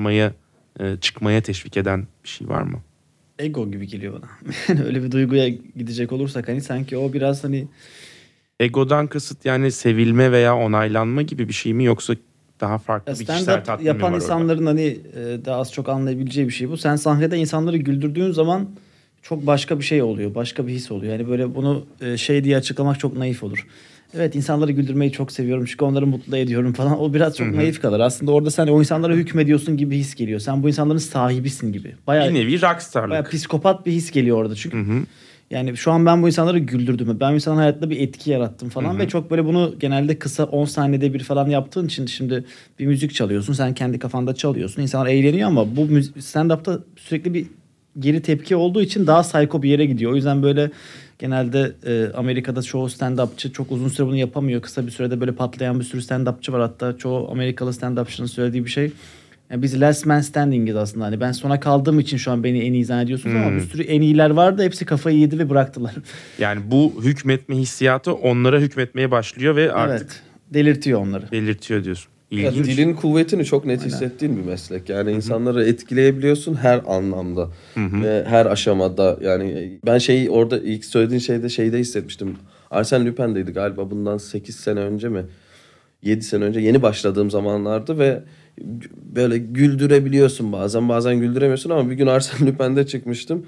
çıkmaya teşvik eden bir şey var mı? Ego gibi geliyor bana. Yani öyle bir duyguya gidecek olursak hani sanki o biraz hani... Egodan kasıt yani sevilme veya onaylanma gibi bir şey mi, yoksa daha farklı bir kişisel tatmin mi var orada? Yapan insanların hani daha az çok anlayabileceği bir şey bu. Sen sahnede insanları güldürdüğün zaman çok başka bir şey oluyor. Başka bir his oluyor. Yani böyle bunu şey diye açıklamak çok naif olur. Evet, insanları güldürmeyi çok seviyorum çünkü onları mutlu ediyorum falan. O biraz çok naif kalır. Aslında orada sen o insanlara hükmediyorsun gibi his geliyor. Sen bu insanların sahibisin gibi. Bayağı, bir nevi rockstarlık. Bayağı psikopat bir his geliyor orada çünkü. Yani şu an ben bu insanları güldürdüm. Ben bu insanın hayatında bir etki yarattım falan. Ve çok böyle bunu genelde kısa 10 saniyede bir falan yaptığın için şimdi bir müzik çalıyorsun. Sen kendi kafanda çalıyorsun. İnsanlar eğleniyor ama bu stand-up'ta sürekli bir geri tepki olduğu için daha psycho bir yere gidiyor. O yüzden böyle genelde Amerika'da çoğu stand-upçı çok uzun süre bunu yapamıyor. Kısa bir sürede böyle patlayan bir sürü stand-upçı var. Hatta çoğu Amerikalı stand-upçının söylediği bir şey. Yani biz last man standing'iz aslında. Hani ben sona kaldığım için şu an beni en iyi zannediyorsunuz ama bir sürü en iyiler vardı. Hepsi kafayı yedi ve bıraktılar. Yani bu hükmetme hissiyatı onlara hükmetmeye başlıyor ve artık delirtiyor onları. Delirtiyor diyorsun. Ya dilin kuvvetini çok net hissettiğin bir meslek. Yani insanları etkileyebiliyorsun her anlamda. Ve her aşamada. Yani ben orada ilk söylediğin şeyde hissetmiştim. Arsène Lupin'deydi galiba bundan 8 sene önce mi? 7 sene önce yeni başladığım zamanlardı ve böyle güldürebiliyorsun bazen güldüremiyorsun ama bir gün Arsène Lupin'de çıkmıştım.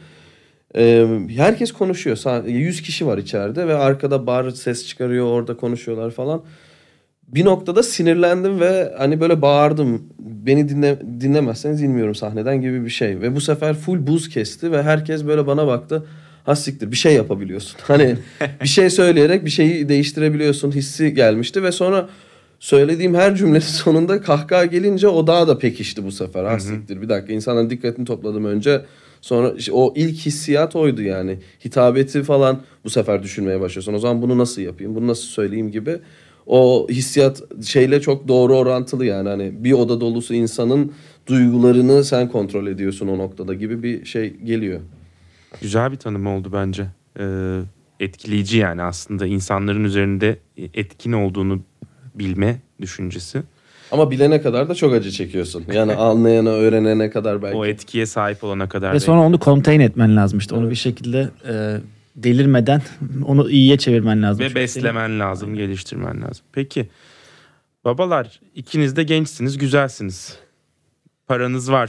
Herkes konuşuyor. 100 kişi var içeride ve arkada bar ses çıkarıyor, orada konuşuyorlar falan. Bir noktada sinirlendim ve hani böyle bağırdım. Beni dinlemezseniz inmiyorum sahneden gibi bir şey. Ve bu sefer full buz kesti ve herkes böyle bana baktı. Ha siktir, bir şey yapabiliyorsun. Hani bir şey söyleyerek bir şeyi değiştirebiliyorsun hissi gelmişti ve sonra söylediğim her cümlenin sonunda kahkaha gelince o daha da pekişti bu sefer. Ha siktir, bir dakika, insanların dikkatini topladım önce. Sonra işte o ilk hissiyat oydu yani. Hitabeti falan bu sefer düşünmeye başlıyorsun. O zaman bunu nasıl yapayım, bunu nasıl söyleyeyim gibi. O hissiyat şeyle çok doğru orantılı yani. Hani bir oda dolusu insanın duygularını sen kontrol ediyorsun o noktada gibi bir şey geliyor. Güzel bir tanım oldu bence. Etkileyici yani aslında insanların üzerinde etkin olduğunu bilme düşüncesi. Ama bilene kadar da çok acı çekiyorsun. Yani anlayana, öğrenene kadar belki. O etkiye sahip olana kadar. Ve sonra onu contain etmen lazım işte. Onu bir şekilde delirmeden onu iyiye çevirmen lazım. Ve beslemen lazım, geliştirmen lazım. Peki babalar, ikiniz de gençsiniz, güzelsiniz. Paranız var.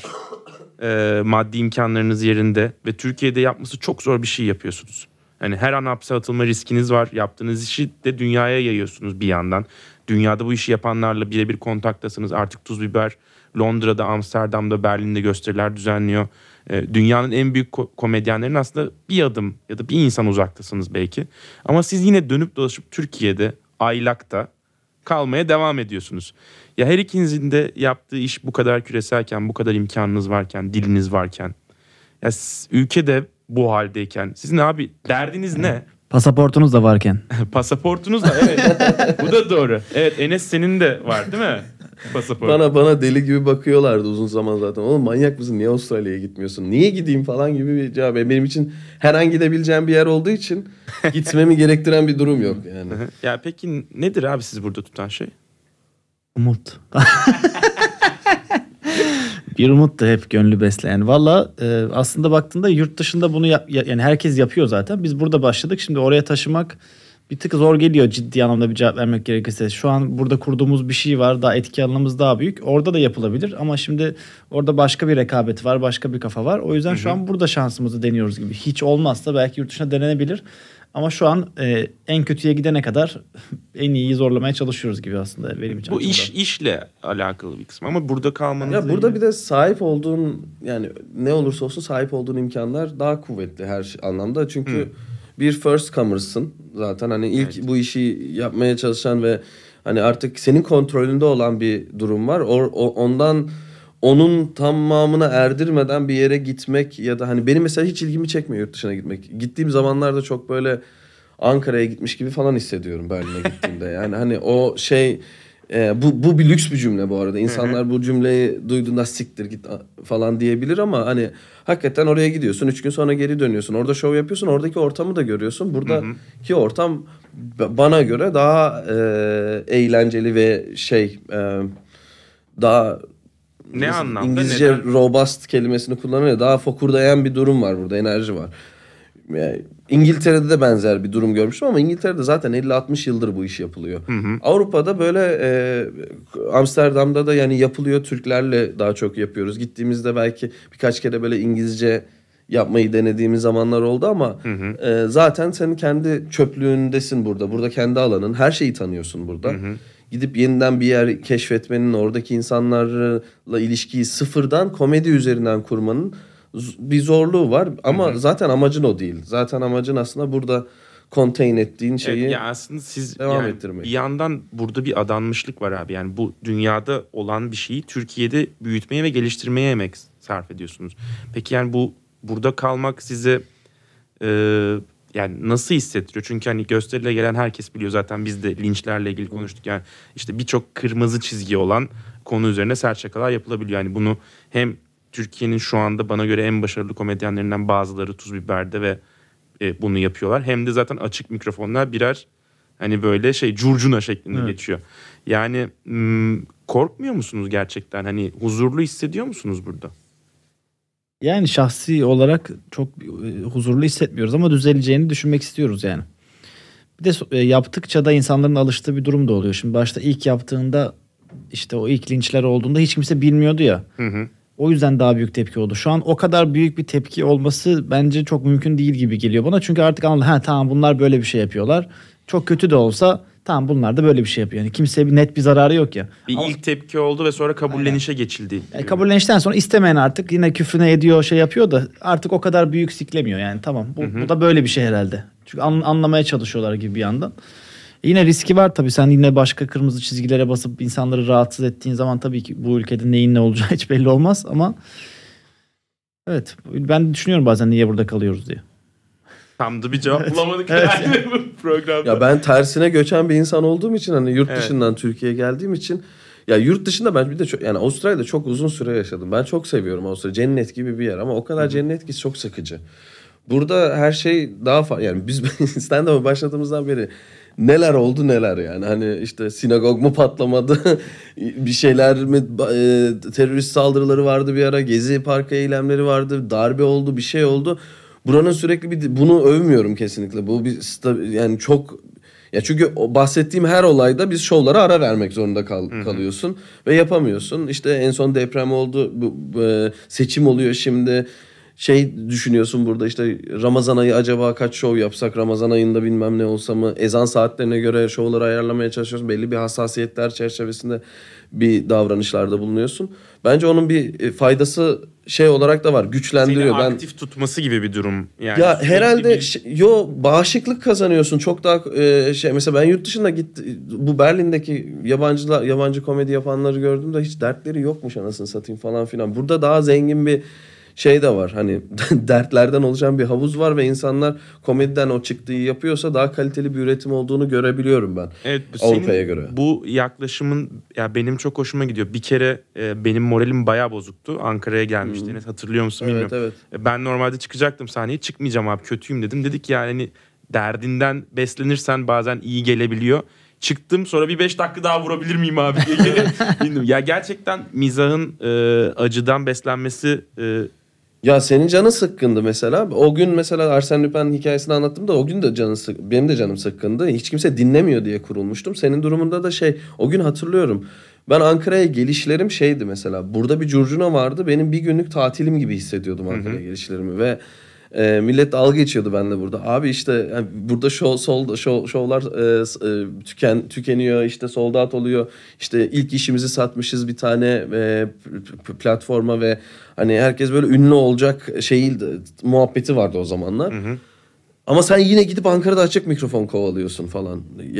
Maddi imkanlarınız yerinde ve Türkiye'de yapması çok zor bir şey yapıyorsunuz. Yani her an hapse atılma riskiniz var. Yaptığınız işi de dünyaya yayıyorsunuz bir yandan. Dünyada bu işi yapanlarla birebir kontaktasınız. Artık Tuz Biber Londra'da, Amsterdam'da, Berlin'de gösteriler düzenliyor. Dünyanın en büyük komedyenlerin aslında bir adım ya da bir insan uzaktasınız belki. Ama siz yine dönüp dolaşıp Türkiye'de, Aylak'ta kalmaya devam ediyorsunuz. Ya her ikinizin de yaptığı iş bu kadar küreselken, bu kadar imkanınız varken, diliniz varken, ya ülkede bu haldeyken sizin abi derdiniz ne? Pasaportunuz da varken. Pasaportunuz da, evet. Bu da doğru. Evet, Enes senin de var değil mi? Pasaport. Bana deli gibi bakıyorlardı uzun zaman zaten. Oğlum manyak mısın? Niye Avustralya'ya gitmiyorsun? Niye gideyim falan gibi bir cevap. Benim için her an gidebileceğim bir yer olduğu için gitmemi gerektiren bir durum yok yani. Ya peki nedir abi sizi burada tutan şey? Umut. Bir umut da hep gönlü besleyen. Valla aslında baktığında yurt dışında bunu yani herkes yapıyor zaten. Biz burada başladık. Şimdi oraya taşımak bir tık zor geliyor ciddi anlamda bir cevap vermek gerekirse. Şu an burada kurduğumuz bir şey var. Daha etki alanımız daha büyük. Orada da yapılabilir ama şimdi orada başka bir rekabet var. Başka bir kafa var. O yüzden şu an burada şansımızı deniyoruz gibi. Hiç olmazsa belki yurt dışına denenebilir. Ama şu an en kötüye gidene kadar en iyiyi zorlamaya çalışıyoruz gibi aslında benim için. Bu işle alakalı bir kısmı ama burada kalmanız... Ya burada bir de sahip olduğun yani ne olursa olsun sahip olduğun imkanlar daha kuvvetli her anlamda. Çünkü bir first comer'sın zaten hani ilk bu işi yapmaya çalışan ve hani artık senin kontrolünde olan bir durum var. Ondan onun tamamına erdirmeden bir yere gitmek ya da hani benim mesela hiç ilgimi çekmiyor yurt dışına gitmek. Gittiğim zamanlarda çok böyle Ankara'ya gitmiş gibi falan hissediyorum Berlin'e gittiğimde. Yani hani o şey bu bir lüks bir cümle bu arada. İnsanlar bu cümleyi duyduğunda siktir git falan diyebilir ama hani hakikaten oraya gidiyorsun. 3 gün sonra geri dönüyorsun. Orada şov yapıyorsun. Oradaki ortamı da görüyorsun. Buradaki ortam bana göre daha eğlenceli ve daha ne anlamda? İngilizce neden? robust kelimesini kullanıyor. Daha fokurdayan bir durum var burada. Enerji var. Yani İngiltere'de de benzer bir durum görmüştüm ama İngiltere'de zaten 50-60 yıldır bu iş yapılıyor. Avrupa'da böyle Amsterdam'da da yani yapılıyor. Türklerle daha çok yapıyoruz. Gittiğimizde belki birkaç kere böyle İngilizce yapmayı denediğimiz zamanlar oldu ama zaten senin kendi çöplüğündesin burada. Burada kendi alanın. Her şeyi tanıyorsun burada. Gidip yeniden bir yer keşfetmenin, oradaki insanlarla ilişkiyi sıfırdan komedi üzerinden kurmanın bir zorluğu var. Ama zaten amacın o değil. Zaten amacın aslında burada contain ettiğin şeyi ya aslında siz devam yani ettirmek. Bir yandan burada bir adanmışlık var abi. Yani bu dünyada olan bir şeyi Türkiye'de büyütmeye ve geliştirmeye emek sarf ediyorsunuz. Peki yani burada kalmak size yani nasıl hissettiriyor? Çünkü hani gösterile gelen herkes biliyor zaten, biz de linçlerle ilgili konuştuk. Yani işte birçok kırmızı çizgi olan konu üzerine sert şakalar yapılabiliyor. Yani bunu hem Türkiye'nin şu anda bana göre en başarılı komedyenlerinden bazıları Tuz Biber'de ve bunu yapıyorlar. Hem de zaten açık mikrofonlar birer hani böyle curcuna şeklinde geçiyor. Yani korkmuyor musunuz gerçekten? Hani huzurlu hissediyor musunuz burada? Yani şahsi olarak çok huzurlu hissetmiyoruz ama düzeleceğini düşünmek istiyoruz yani. Bir de yaptıkça da insanların alıştığı bir durum da oluyor. Şimdi başta ilk yaptığında işte o ilk linçler olduğunda hiç kimse bilmiyordu ya. O yüzden daha büyük tepki oldu. Şu an o kadar büyük bir tepki olması bence çok mümkün değil gibi geliyor bana. Çünkü artık anladım. Tamam bunlar böyle bir şey yapıyorlar. Çok kötü de olsa tamam bunlar da böyle bir şey yapıyor. Yani kimseye net bir zararı yok ya. Bir ilk tepki oldu ve sonra kabullenişe geçildi. Yani kabullenişten sonra istemeyen artık yine küfrüne ediyor, yapıyor da artık o kadar büyük siklemiyor yani. Tamam bu da böyle bir şey herhalde. Çünkü anlamaya çalışıyorlar gibi bir yandan. Yine riski var tabii. Sen yine başka kırmızı çizgilere basıp insanları rahatsız ettiğin zaman tabii ki bu ülkede neyin ne olacağı hiç belli olmaz ama evet, ben düşünüyorum bazen niye burada kalıyoruz diye. Tam da bir cevap bulamadık yani bu programda. Ya ben tersine göçen bir insan olduğum için hani yurt dışından Türkiye'ye geldiğim için ya yurt dışında ben bir de yani Avustralya'da çok uzun süre yaşadım. Ben çok seviyorum Avustralya. Cennet gibi bir yer ama o kadar cennet ki çok sıkıcı. Burada her şey daha yani biz stand-up'a başladığımızdan beri neler oldu neler yani. Hani işte sinagog mu patlamadı, bir şeyler mi, terörist saldırıları vardı bir ara, Gezi Parkı eylemleri vardı, darbe oldu, bir şey oldu. Buranın sürekli bunu övmüyorum kesinlikle. Bu bir yani çok ya çünkü o bahsettiğim her olayda biz şovlara ara vermek zorunda kalıyorsun ve yapamıyorsun. İşte en son deprem oldu, seçim oluyor şimdi. Düşünüyorsun burada işte Ramazan ayı acaba kaç şov yapsak, Ramazan ayında bilmem ne olsa mı, ezan saatlerine göre şovları ayarlamaya çalışıyorsun. Belli bir hassasiyetler çerçevesinde bir davranışlarda bulunuyorsun. Bence onun bir faydası olarak da var, güçlendiriyor. Seni aktif tutması gibi bir durum. Yani ya herhalde bağışıklık kazanıyorsun. Çok daha mesela ben yurt dışında bu Berlin'deki yabancı komedi yapanları gördüğümde hiç dertleri yokmuş anasını satayım falan filan. Burada daha zengin bir şey de var. Hani dertlerden oluşan bir havuz var ve insanlar komediden o çıktığı yapıyorsa daha kaliteli bir üretim olduğunu görebiliyorum ben. Evet, Avrupa'ya göre. Bu yaklaşımın ya benim çok hoşuma gidiyor. Bir kere benim moralim bayağı bozuktu. Ankara'ya gelmiştiniz. Hatırlıyor musun bilmiyorum. Evet. Ben normalde çıkacaktım sahneye. Çıkmayacağım abi, kötüyüm dedim. Dedik yani hani derdinden beslenirsen bazen iyi gelebiliyor. Çıktım, sonra bir 5 dakika daha vurabilir miyim abi diye geri. Ya gerçekten mizahın acıdan beslenmesi Ya senin canın sıkkındı mesela. O gün mesela Arsène Lupin hikayesini anlattım da o gün de benim de canım sıkkındı. Hiç kimse dinlemiyor diye kurulmuştum. Senin durumunda da o gün hatırlıyorum. Ben Ankara'ya gelişlerim şeydi mesela. Burada bir curcuna vardı. Benim bir günlük tatilim gibi hissediyordum Ankara'ya gelişlerimi ve millet dalga geçiyordu benimle burada. Abi işte yani burada şovlar tükeniyor, işte sold out oluyor. İşte ilk işimizi satmışız bir tane platforma ve hani herkes böyle ünlü olacak muhabbeti vardı o zamanlar. Ama sen yine gidip Ankara'da açık mikrofon kovalıyorsun falan.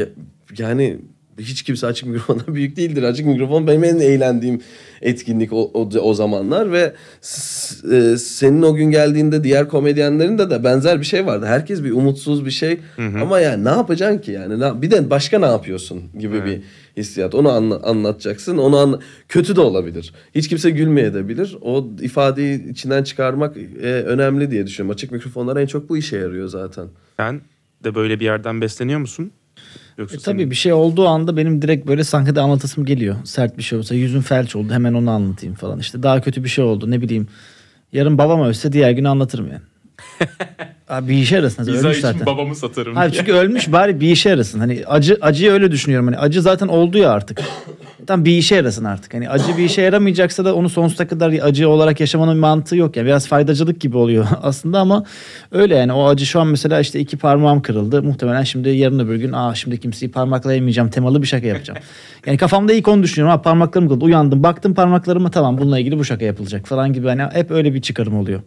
Yani hiç kimse açık mikrofondan büyük değildir. Açık mikrofon benim en eğlendiğim etkinlik o zamanlar ve senin o gün geldiğinde diğer komedyenlerin de benzer bir şey vardı. Herkes bir umutsuz bir şey ama yani ne yapacaksın ki yani bir de başka ne yapıyorsun gibi bir hissiyat. Onu anlatacaksın. Kötü de olabilir. Hiç kimse gülmeyebilir. O ifadeyi içinden çıkarmak önemli diye düşünüyorum. Açık mikrofonlar en çok bu işe yarıyor zaten. Sen de böyle bir yerden besleniyor musun? Yoksa Tabii bir şey olduğu anda benim direkt böyle sahnede anlatasım geliyor. Sert bir şey olsa, yüzüm felç oldu, hemen onu anlatayım falan. İşte daha kötü bir şey oldu, ne bileyim. Yarın babam ölse diğer gün anlatırım yani. Abi bir işe yarasın. İza Ölmüş için zaten. babamı satarım. Abi çünkü ölmüş, bari bir işe yarasın. Hani acıyı öyle düşünüyorum. Hani acı zaten oldu ya artık. Tam bir işe yarasın artık. Hani acı bir işe yaramayacaksa da onu sonsuza kadar acı olarak yaşamanın bir mantığı yok. Yani biraz faydacılık gibi oluyor aslında ama öyle yani. O acı şu an mesela işte 2 parmağım kırıldı. Muhtemelen şimdi yarın öbür gün şimdi kimseyi parmaklaymayacağım temalı bir şaka yapacağım. Yani kafamda ilk onu düşünüyorum. Parmaklarım kırıldı. Uyandım, baktım parmaklarıma, tamam bununla ilgili bu şaka yapılacak falan gibi. Hani hep öyle bir çıkarım oluyor.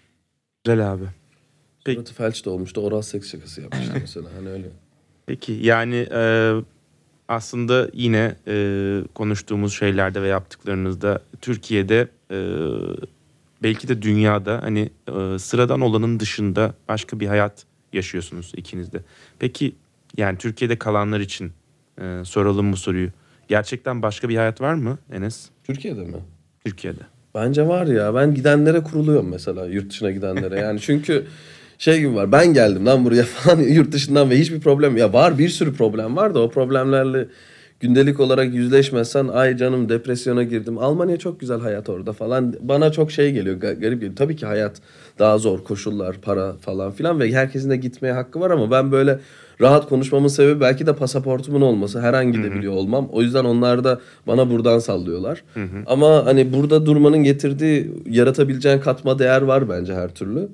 Güzel abi. Suratı felç de olmuştu. Oral seks şakası yapmıştı mesela. Hani öyle. Peki yani aslında yine konuştuğumuz şeylerde ve yaptıklarınızda Türkiye'de belki de dünyada hani sıradan olanın dışında başka bir hayat yaşıyorsunuz ikiniz de. Peki yani Türkiye'de kalanlar için soralım bu soruyu. Gerçekten başka bir hayat var mı Enes? Türkiye'de mi? Türkiye'de. Bence var ya. Ben gidenlere kuruluyorum mesela. Yurt dışına gidenlere. Yani çünkü gibi var. Ben geldim lan buraya falan yurt dışından ve hiçbir problem. Ya var, bir sürü problem var da o problemlerle gündelik olarak yüzleşmezsen ay canım depresyona girdim. Almanya çok güzel hayat orada falan. Bana çok geliyor, garip geliyor. Tabii ki hayat daha zor, koşullar, para falan filan ve herkesin de gitmeye hakkı var ama ben böyle rahat konuşmamın sebebi belki de pasaportumun olması. Her an gidebiliyor olmam. O yüzden onlar da bana buradan sallıyorlar. Ama hani burada durmanın getirdiği, yaratabileceğin katma değer var bence her türlü.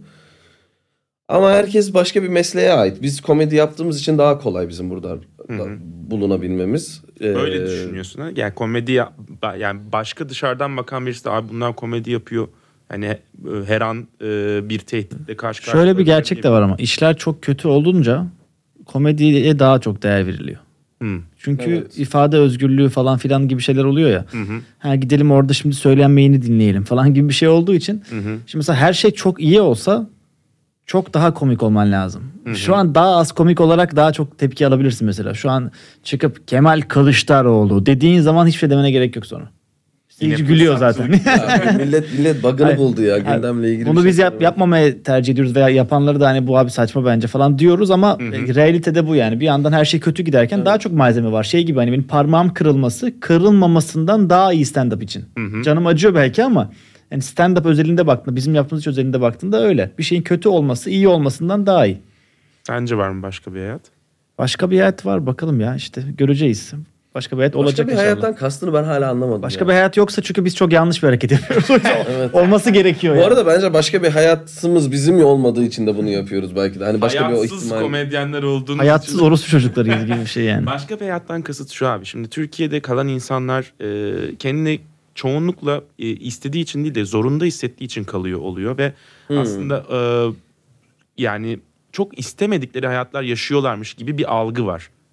Ama herkes başka bir mesleğe ait. Biz komedi yaptığımız için daha kolay bizim burada bulunabilmemiz. Öyle düşünüyorsun ha? Yani komedi yani başka dışarıdan bakan birisi de abi bunlar komedi yapıyor. Hani her an bir tehditle karşı karşıya. Şöyle bir gerçek de var ama işler çok kötü olunca komediye daha çok değer veriliyor. Çünkü ifade özgürlüğü falan filan gibi şeyler oluyor ya. Gidelim orada şimdi söylenmeyeni dinleyelim falan gibi bir şey olduğu için. Şimdi mesela her şey çok iyi olsa çok daha komik olman lazım. Şu an daha az komik olarak daha çok tepki alabilirsin mesela. Şu an çıkıp Kemal Kılıçdaroğlu dediğin zaman hiçbir şey demene gerek yok sonra. İşte gülüyor zaten. Ya, millet bug'ını buldu ya gündemle ilgili. Bunu biz yapmamaya tercih ediyoruz veya yapanları da hani bu abi saçma bence falan diyoruz ama realitede bu yani. Bir yandan her şey kötü giderken daha çok malzeme var. Şey gibi hani benim parmağım kırılmamasından daha iyi stand-up için. Canım acıyor belki ama yani stand-up özelinde baktığında, bizim yaptığımız iş özelinde baktığında öyle. Bir şeyin kötü olması iyi olmasından daha iyi. Sence var mı başka bir hayat? Başka bir hayat var bakalım ya işte göreceğiz. Başka bir hayat olacak inşallah. Başka bir hayattan kastını ben hala anlamadım. Başka bir hayat yoksa çünkü biz çok yanlış bir hareket yapıyoruz. Evet. Olması gerekiyor. Bu arada bence başka bir hayatımız bizim olmadığı için de bunu yapıyoruz belki de. Hani başka hayatsız bir ihtimal. komedyenler olduğunuz hayatsız için. orospu çocuklarıyız gibi bir şey yani. Başka bir hayattan kasıt şu abi. Şimdi Türkiye'de kalan insanlar kendini çoğunlukla istediği için değil de zorunda hissettiği için kalıyor oluyor ve aslında yani çok istemedikleri hayatlar yaşıyorlarmış gibi bir algı var.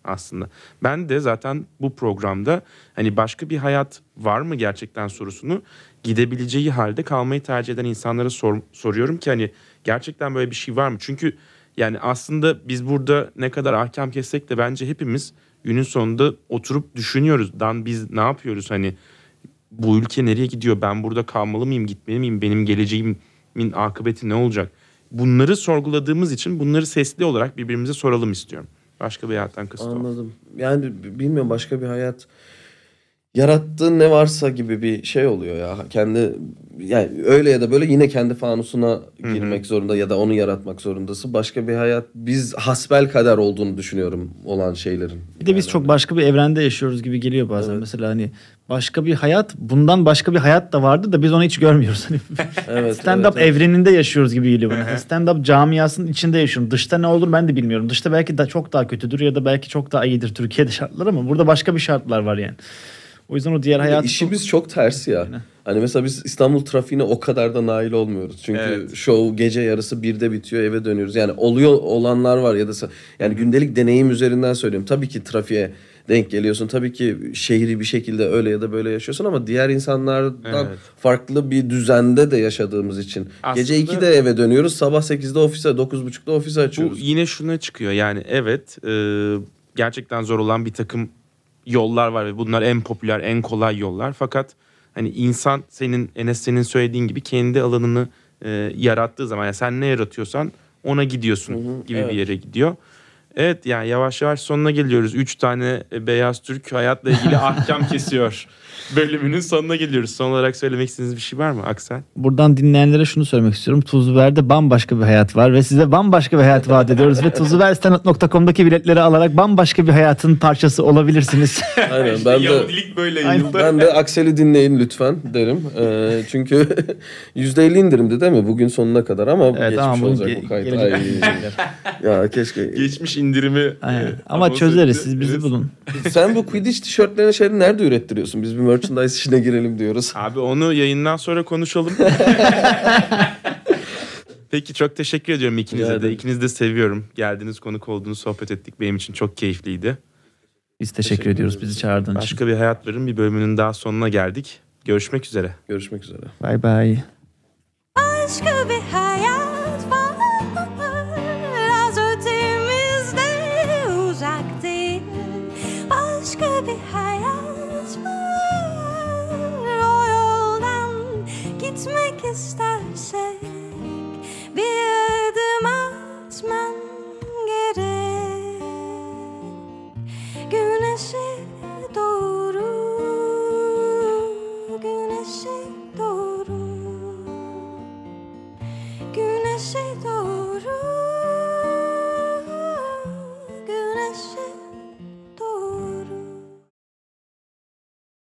aslında. Ben de zaten bu programda hani başka bir hayat var mı gerçekten sorusunu gidebileceği halde kalmayı tercih eden insanlara soruyorum ki hani gerçekten böyle bir şey var mı? Çünkü yani aslında biz burada ne kadar ahkam kessek de bence hepimiz günün sonunda oturup düşünüyoruz. Biz ne yapıyoruz hani bu ülke nereye gidiyor? Ben burada kalmalı mıyım, gitmeli miyim? Benim geleceğimin akıbeti ne olacak? Bunları sorguladığımız için bunları sesli olarak birbirimize soralım istiyorum. Başka bir hayattan kasıt o. Anladım. Yani bilmiyorum, başka bir hayat yarattığın ne varsa gibi bir şey oluyor ya. Kendi, yani öyle ya da böyle yine kendi fanusuna girmek zorunda ya da onu yaratmak zorundasın. Başka bir hayat, biz hasbelkader olduğunu düşünüyorum olan şeylerin. Bir de biz çok başka bir evrende yaşıyoruz gibi geliyor bazen. Mesela hani başka bir hayat, bundan başka bir hayat da vardı da biz onu hiç görmüyoruz. Hani Evet, stand-up evet. evreninde yaşıyoruz gibi geliyor bana. Stand-up camiasının içinde yaşıyorum. Dışta ne olur ben de bilmiyorum. Dışta belki de çok daha kötüdür ya da belki çok daha iyidir Türkiye'de şartlar ama burada başka bir şartlar var yani. O yüzden o diğer hayat... İşimiz çok tersi ya. Aynen. Hani mesela biz İstanbul trafiğine o kadar da nail olmuyoruz. Çünkü show gece yarısı 1'de bitiyor, eve dönüyoruz. Yani olanlar var ya da yani gündelik deneyim üzerinden söylüyorum. Tabii ki trafiğe denk geliyorsun. Tabii ki şehri bir şekilde öyle ya da böyle yaşıyorsun ama diğer insanlardan farklı bir düzende de yaşadığımız için. Aslında, gece 2'de eve dönüyoruz. Sabah 8'de ofise, 9.30'da ofise açıyoruz. Bu yine şuna çıkıyor yani gerçekten zor olan bir takım yollar var ve bunlar en popüler, en kolay yollar. Fakat hani insan senin söylediğin gibi kendi alanını yarattığı zaman, yani sen ne yaratıyorsan ona gidiyorsun gibi bir yere gidiyor. Evet, yani yavaş yavaş sonuna geliyoruz. 3 tane beyaz Türk hayatla ilgili ahkam kesiyor bölümünün sonuna geliyoruz. Son olarak söylemek istediğiniz bir şey var mı Aksel? Buradan dinleyenlere şunu söylemek istiyorum. Tuzluver'de bambaşka bir hayat var ve size bambaşka bir hayat vaat ediyoruz. Ve tuzluverstanot.com'daki biletleri alarak bambaşka bir hayatın parçası olabilirsiniz. Aynen. İşte Yahudilik böyle yayıldı. Ben de Aksel'i dinleyin lütfen derim. Çünkü %50 indirimdi değil mi? Bugün sonuna kadar ama geçmiş tamam, olacak bu kayıt. Ay, ya keşke. Geçmiş indirimi. Ama çözeriz, siz bizi bulun. Sen bu Quidditch tişörtlerini şeyleri nerede ürettiriyorsun? Biz bir merchandise işine girelim diyoruz. Abi onu yayından sonra konuşalım. Peki, çok teşekkür ediyorum ikinize de. İkinizi de seviyorum. Geldiniz, konuk olduğunuz, sohbet ettik. Benim için çok keyifliydi. Biz teşekkür ediyoruz bizi çağırdığın için. Başka bir hayatların bir bölümünün daha sonuna geldik. Görüşmek üzere. Görüşmek üzere. Bye bye. Başka bir hayat var, az ötemizde, uzak değil. Başka bir hayat var, o yoldan gitmek istersek bir